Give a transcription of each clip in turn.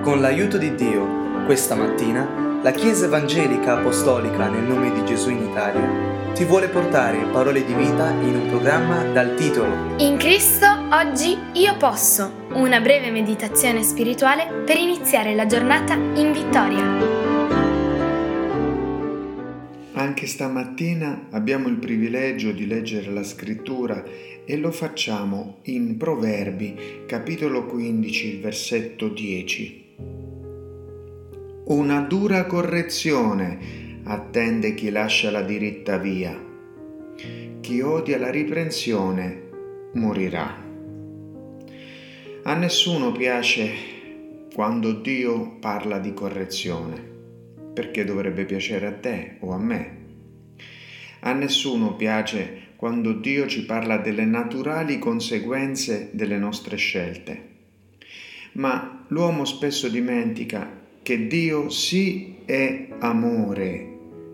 Con l'aiuto di Dio, questa mattina, la Chiesa Evangelica Apostolica nel nome di Gesù in Italia ti vuole portare parole di vita in un programma dal titolo In Cristo oggi io posso, una breve meditazione spirituale per iniziare la giornata in vittoria. Anche stamattina abbiamo il privilegio di leggere la Scrittura e lo facciamo in Proverbi, capitolo 15, versetto 10. Una dura correzione attende chi lascia la diritta via. Chi odia la riprensione morirà. A nessuno piace quando Dio parla di correzione. Perché dovrebbe piacere a te o a me? A nessuno piace quando Dio ci parla delle naturali conseguenze delle nostre scelte. Ma l'uomo spesso dimentica che Dio sì è amore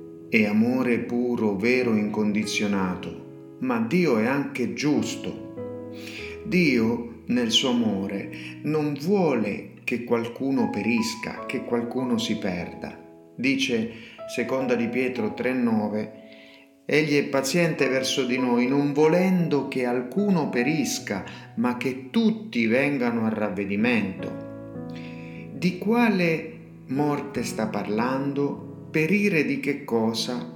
puro, vero, incondizionato, ma Dio è anche giusto. Dio, nel suo amore, non vuole che qualcuno perisca, che qualcuno si perda. Dice, seconda di Pietro 3,9, Egli è paziente verso di noi, non volendo che alcuno perisca, ma che tutti vengano a ravvedimento. Di quale morte sta parlando? Perire di che cosa?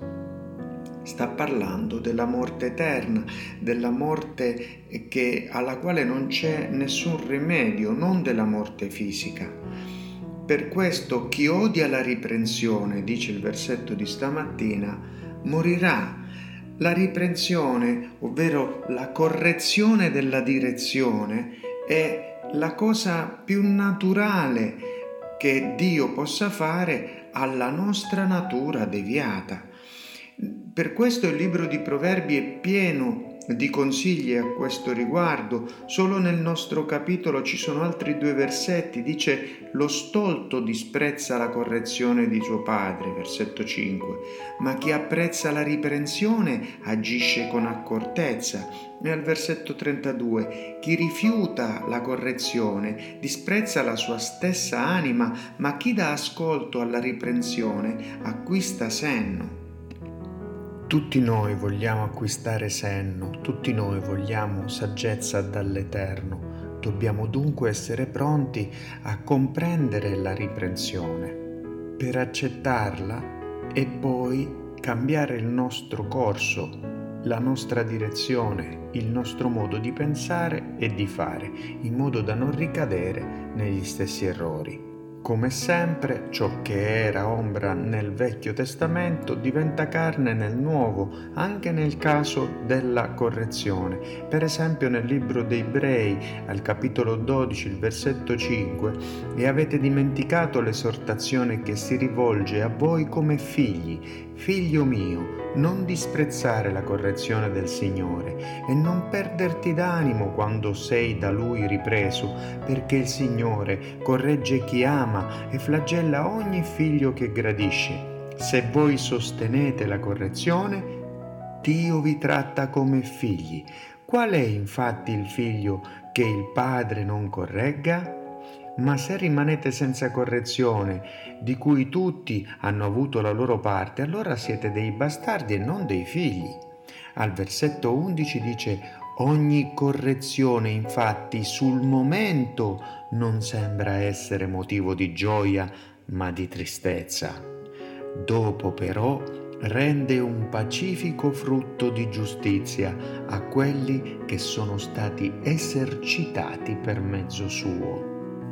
Sta parlando della morte eterna, della morte alla quale non c'è nessun rimedio, non della morte fisica. Per questo chi odia la riprensione, dice il versetto di stamattina, morirà. La riprensione, ovvero la correzione della direzione, è la cosa più naturale che Dio possa fare alla nostra natura deviata. Per questo il libro di Proverbi è pieno di consigli a questo riguardo. Solo nel nostro capitolo ci sono altri 2 versetti. Dice: lo stolto disprezza la correzione di suo padre, versetto 5, ma chi apprezza la riprensione agisce con accortezza. E al versetto 32, chi rifiuta la correzione disprezza la sua stessa anima, ma chi dà ascolto alla riprensione acquista senno. Tutti noi vogliamo acquistare senno, tutti noi vogliamo saggezza dall'Eterno. Dobbiamo dunque essere pronti a comprendere la riprensione, per accettarla e poi cambiare il nostro corso, la nostra direzione, il nostro modo di pensare e di fare, in modo da non ricadere negli stessi errori. Come sempre, ciò che era ombra nel Vecchio Testamento diventa carne nel Nuovo, anche nel caso della correzione. Per esempio nel libro dei Ebrei, al capitolo 12, il versetto 5, e avete dimenticato l'esortazione che si rivolge a voi come figli. Figlio mio, non disprezzare la correzione del Signore e non perderti d'animo quando sei da Lui ripreso, perché il Signore corregge chi ama e flagella ogni figlio che gradisce. Se voi sostenete la correzione, Dio vi tratta come figli. Qual è infatti il figlio che il padre non corregga? Ma se rimanete senza correzione, di cui tutti hanno avuto la loro parte, allora siete dei bastardi e non dei figli. Al versetto 11 dice: ogni correzione, infatti, sul momento non sembra essere motivo di gioia, ma di tristezza. Dopo però rende un pacifico frutto di giustizia a quelli che sono stati esercitati per mezzo suo.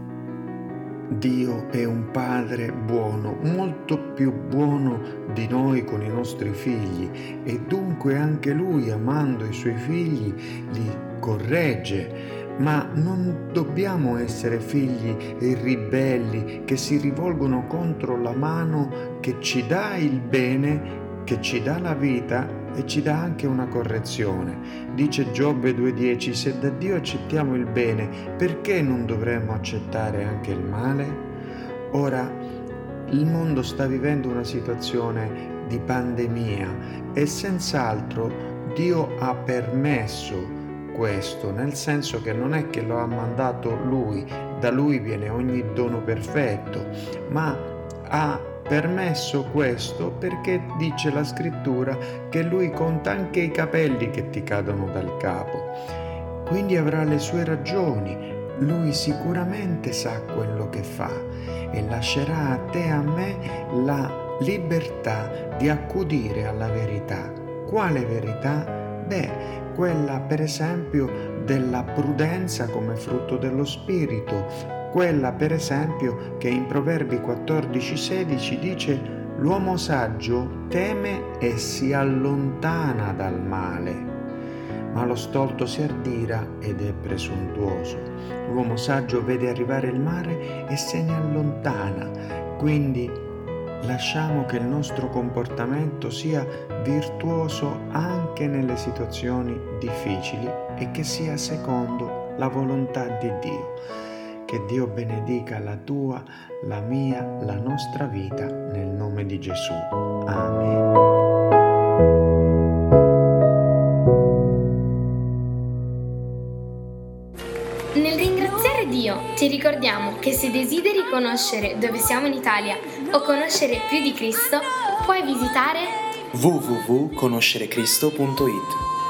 Dio è un Padre buono, molto più buono di noi con i nostri figli, e dunque anche Lui, amando i Suoi figli, li corregge. Ma non dobbiamo essere figli ribelli che si rivolgono contro la mano che ci dà il bene, che ci dà la vita e ci dà anche una correzione. Dice Giobbe 2,10: se da Dio accettiamo il bene, perché non dovremmo accettare anche il male? Ora, il mondo sta vivendo una situazione di pandemia e senz'altro Dio ha permesso questo, nel senso che non è che lo ha mandato Lui, da Lui viene ogni dono perfetto, ma ha permesso questo perché dice la scrittura che Lui conta anche i capelli che ti cadono dal capo. Quindi avrà le sue ragioni, Lui sicuramente sa quello che fa e lascerà a te e a me la libertà di accudire alla verità. Quale verità? Quella per esempio della prudenza come frutto dello Spirito, quella per esempio che in Proverbi 14,16 dice: l'uomo saggio teme e si allontana dal male, ma lo stolto si ardira ed è presuntuoso. L'uomo saggio vede arrivare il mare e se ne allontana. Quindi lasciamo che il nostro comportamento sia virtuoso anche nelle situazioni difficili e che sia secondo la volontà di Dio. Che Dio benedica la tua, la mia, la nostra vita nel nome di Gesù. Amen. Nel ringraziare Dio ti ricordiamo che se desideri conoscere dove siamo in Italia o conoscere più di Cristo, puoi visitare www.conoscerecristo.it.